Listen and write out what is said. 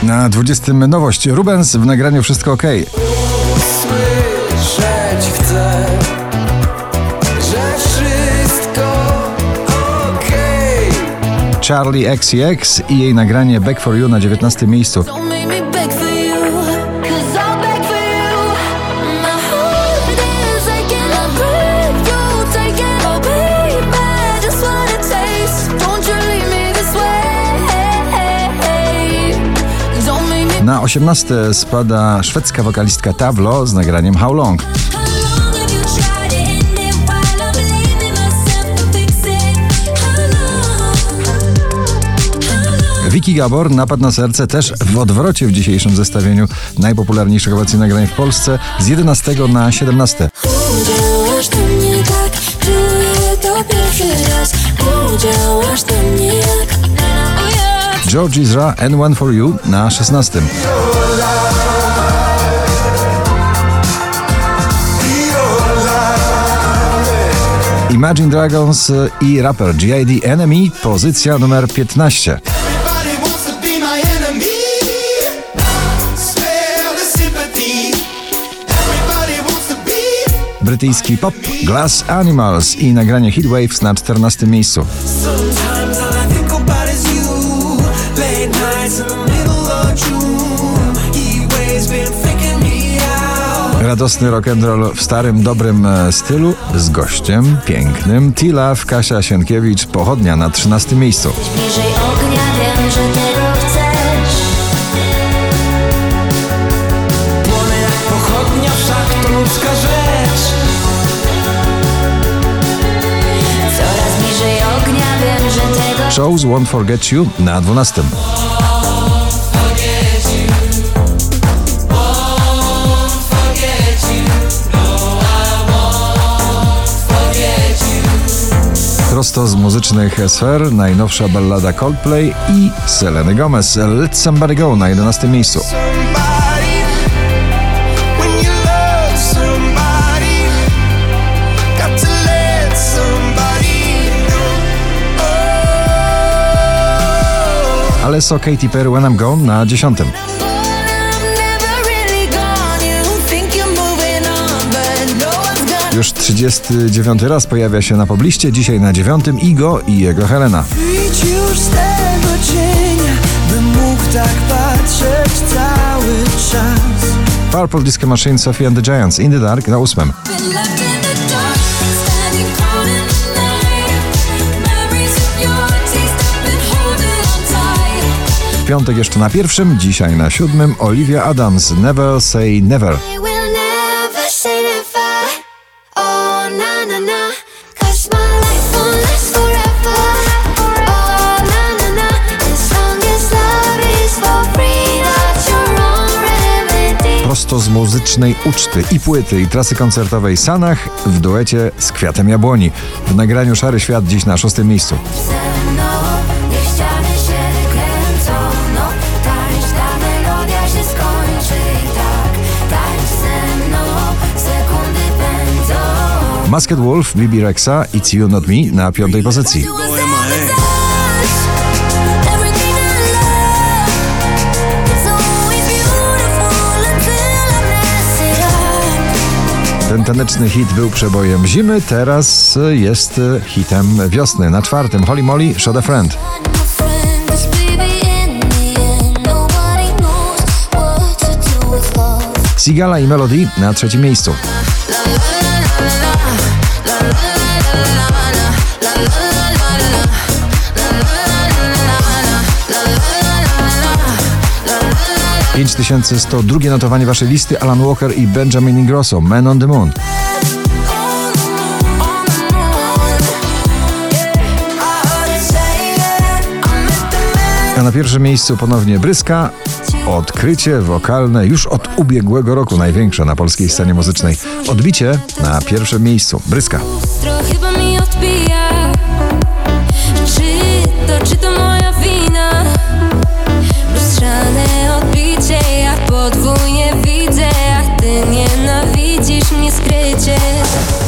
Na 20 nowość. Rubens w nagraniu Wszystko OK. Słyszeć chcę, że wszystko OK. Charlie XCX i jej nagranie Back for You na 19 miejscu. Na 18 spada szwedzka wokalistka Tavlo z nagraniem How Long. Vicky Gabor, Napad na serce, też w odwrocie w dzisiejszym zestawieniu najpopularniejszych obecnie nagrań w Polsce, z 11 na 17. Udziałasz do mnie tak, czuję to pierwszy raz. Udziałasz do mnie jak George Ezra, N1 for You na 16. Imagine Dragons i raper G.I.D. Enemy, pozycja numer 15. Brytyjski pop Glass Animals i nagranie Heatwaves na 14 miejscu. Radosny rock'n'roll w starym, dobrym stylu z gościem pięknym. T-Love, Kasia Sienkiewicz, Pochodnia na 13 miejscu. bliżej ognia, wiem, że tego chcesz. Płonę jak pochodnia, wszak to ludzka rzecz. Coraz bliżej ognia, wiem, że tego Shows Won't Forget You na 12. Prosto z muzycznych sfer najnowsza ballada Coldplay i Seleny Gomez Let Somebody Go na 11 miejscu. Ale so Katy Perry When I'm Gone na 10. Już 39 raz pojawia się na pobliście, dzisiaj na 9 Igo i jego Helena. Wyjdź już z tego cienia, bym mógł tak patrzeć cały czas. Purple Disco Machine, Sophie and the Giants, In the Dark na 8. W piątek jeszcze na 1, dzisiaj na 7 Olivia Adams, Never Say Never. Prosto z muzycznej uczty i płyty i trasy koncertowej Sanach w duecie z Kwiatem Jabłoni. W nagraniu Szary Świat dziś na 6 miejscu. Masked Wolf, Bibi Rexa, It's You Not Me na 5 pozycji. Ten taneczny hit był przebojem zimy, teraz jest hitem wiosny. Na 4 Holly Molly, Shot a Friend. Sigala i Melody na 3 miejscu. - 5102 notowanie waszej listy. Alan Walker i Benjamin Ingrosso, Man on the Moon. A na pierwszym miejscu ponownie Bryska. Odkrycie wokalne już od ubiegłego roku, największe na polskiej scenie muzycznej. Odbicie na pierwszym miejscu. Bryska. chyba mi odbija. Czy to moja wina? Lustrzane odbicie, ja podwójnie widzę, jak ty nienawidzisz mnie skrycie.